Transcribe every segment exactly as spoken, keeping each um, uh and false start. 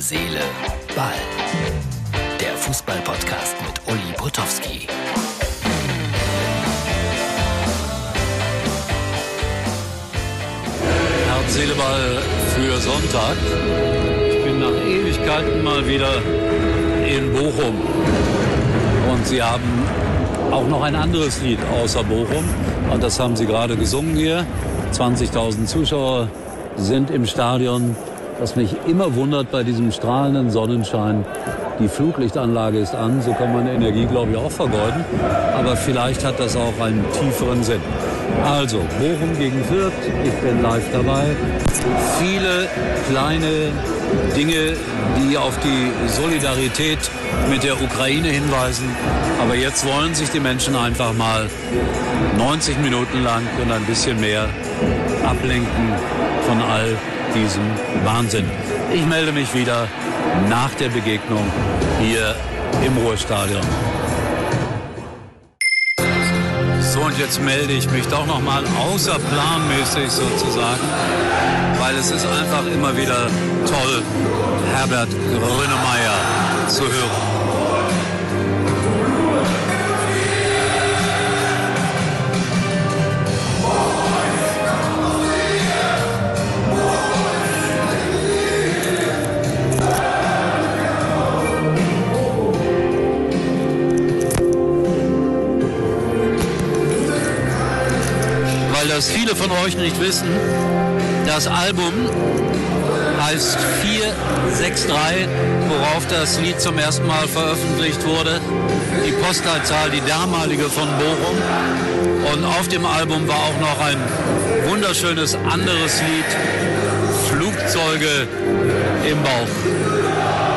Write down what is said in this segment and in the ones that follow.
Seele, Ball. Der Fußball-Podcast mit Uli Potowski. Herz, Seele, Ball für Sonntag. Ich bin nach Ewigkeiten mal wieder in Bochum. Und sie haben auch noch ein anderes Lied außer Bochum. Und das haben sie gerade gesungen hier. zwanzigtausend Zuschauer sind im Stadion. Was mich immer wundert bei diesem strahlenden Sonnenschein, die Flutlichtanlage ist an, so kann man Energie, glaube ich, auch vergeuden. Aber vielleicht hat das auch einen tieferen Sinn. Also, Bochum gegen Fürth, ich bin live dabei. Viele kleine Dinge, die auf die Solidarität mit der Ukraine hinweisen. Aber jetzt wollen sich die Menschen einfach mal neunzig Minuten lang und ein bisschen mehr ablenken von all diesem Wahnsinn. Ich melde mich wieder nach der Begegnung hier im Ruhrstadion. So, und jetzt melde ich mich doch nochmal außerplanmäßig sozusagen, weil es ist einfach immer wieder toll, Herbert Grönemeyer zu hören. Das viele von euch nicht wissen, das Album heißt vier sechs drei, worauf das Lied zum ersten Mal veröffentlicht wurde. Die Postleitzahl, die damalige von Bochum. Und auf dem Album war auch noch ein wunderschönes anderes Lied, Flugzeuge im Bauch.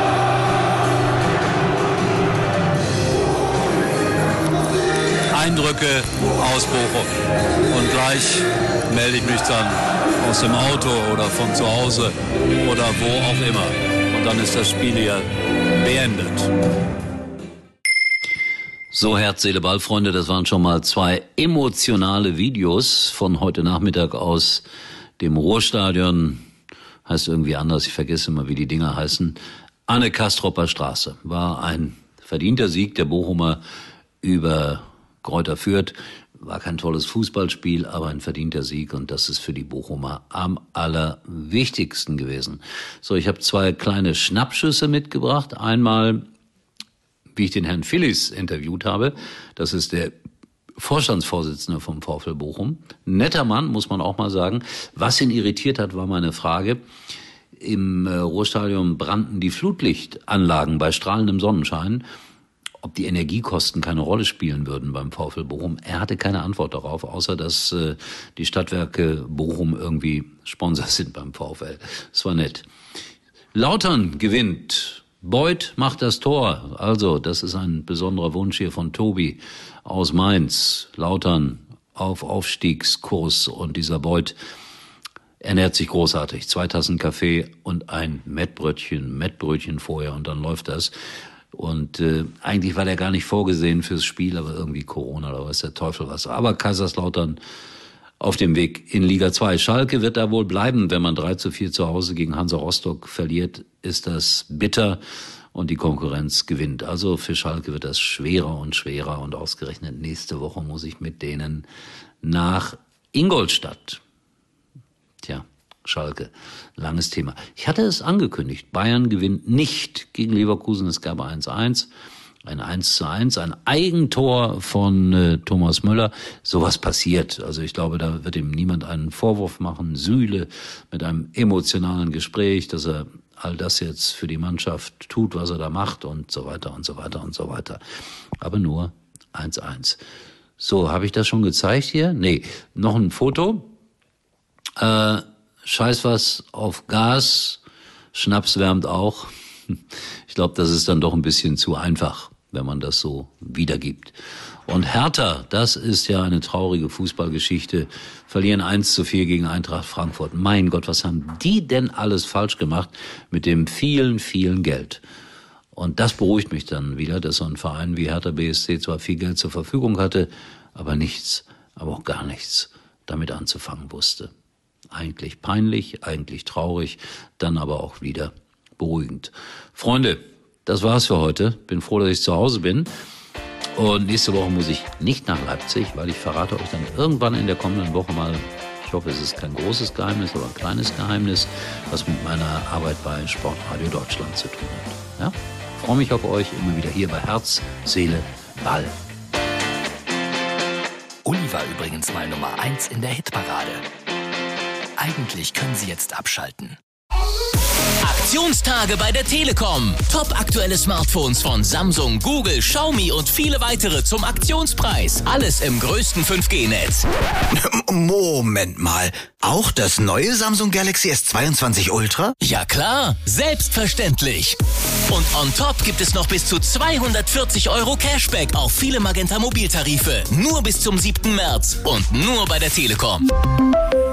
Eindrücke aus Bochum. Und gleich melde ich mich dann aus dem Auto oder von zu Hause oder wo auch immer. Und dann ist das Spiel hier beendet. So, Herz, Seele, Ball, Freunde, das waren schon mal zwei emotionale Videos von heute Nachmittag aus dem Ruhrstadion. Heißt irgendwie anders, ich vergesse immer, wie die Dinger heißen. Anne-Kastropper Straße. War ein verdienter Sieg der Bochumer über Greuther Fürth. War kein tolles Fußballspiel, aber ein verdienter Sieg, und das ist für die Bochumer am allerwichtigsten gewesen. So, ich habe zwei kleine Schnappschüsse mitgebracht. Einmal, wie ich den Herrn Phillies interviewt habe. Das ist der Vorstandsvorsitzende vom VfL Bochum. Netter Mann, muss man auch mal sagen. Was ihn irritiert hat, war meine Frage. Im äh, Ruhrstadion brannten die Flutlichtanlagen bei strahlendem Sonnenschein, ob die Energiekosten keine Rolle spielen würden beim VfL Bochum. Er hatte keine Antwort darauf, außer dass äh, die Stadtwerke Bochum irgendwie Sponsor sind beim VfL. Das war nett. Lautern gewinnt. Beuth macht das Tor. Also, das ist ein besonderer Wunsch hier von Tobi aus Mainz. Lautern auf Aufstiegskurs, und dieser Beuth ernährt sich großartig. Zwei Tassen Kaffee und ein Mettbrötchen, Mettbrötchen vorher, und dann läuft das. Und äh, eigentlich war der gar nicht vorgesehen fürs Spiel, aber irgendwie Corona oder weiß der Teufel was. Aber Kaiserslautern auf dem Weg in Liga zwei. Schalke wird da wohl bleiben. Wenn man drei zu vier zu Hause gegen Hansa Rostock verliert, ist das bitter und die Konkurrenz gewinnt. Also für Schalke wird das schwerer und schwerer, und ausgerechnet nächste Woche muss ich mit denen nach Ingolstadt. Tja. Schalke, langes Thema. Ich hatte es angekündigt, Bayern gewinnt nicht gegen Leverkusen, es gab eins eins, ein eins zu eins, ein Eigentor von äh, Thomas Müller. Sowas passiert, also ich glaube, da wird ihm niemand einen Vorwurf machen. Süle mit einem emotionalen Gespräch, dass er all das jetzt für die Mannschaft tut, was er da macht, und so weiter und so weiter und so weiter. Aber nur eins eins. So, habe ich das schon gezeigt hier? Nee, noch ein Foto. Äh, Scheiß was auf Gas, Schnaps wärmt auch. Ich glaube, das ist dann doch ein bisschen zu einfach, wenn man das so wiedergibt. Und Hertha, das ist ja eine traurige Fußballgeschichte, verlieren eins zu vier gegen Eintracht Frankfurt. Mein Gott, was haben die denn alles falsch gemacht mit dem vielen, vielen Geld? Und das beruhigt mich dann wieder, dass so ein Verein wie Hertha B S C zwar viel Geld zur Verfügung hatte, aber nichts, aber auch gar nichts damit anzufangen wusste. Eigentlich peinlich, eigentlich traurig, dann aber auch wieder beruhigend. Freunde, das war's für heute. Bin froh, dass ich zu Hause bin. Und nächste Woche muss ich nicht nach Leipzig, weil ich verrate euch dann irgendwann in der kommenden Woche mal, ich hoffe, es ist kein großes Geheimnis, aber ein kleines Geheimnis, was mit meiner Arbeit bei Sportradio Deutschland zu tun hat. Ja? Ich freue mich auf euch, immer wieder hier bei Herz, Seele, Ball. Uli war übrigens mal Nummer eins in der Hitparade. Eigentlich können Sie jetzt abschalten. Aktionstage bei der Telekom. Top aktuelle Smartphones von Samsung, Google, Xiaomi und viele weitere zum Aktionspreis. Alles im größten fünf G Netz. Moment mal. Auch das neue Samsung Galaxy S zweiundzwanzig Ultra? Ja klar, selbstverständlich. Und on top gibt es noch bis zu zweihundertvierzig Euro Cashback auf viele Magenta Mobiltarife. Nur bis zum siebten März und nur bei der Telekom.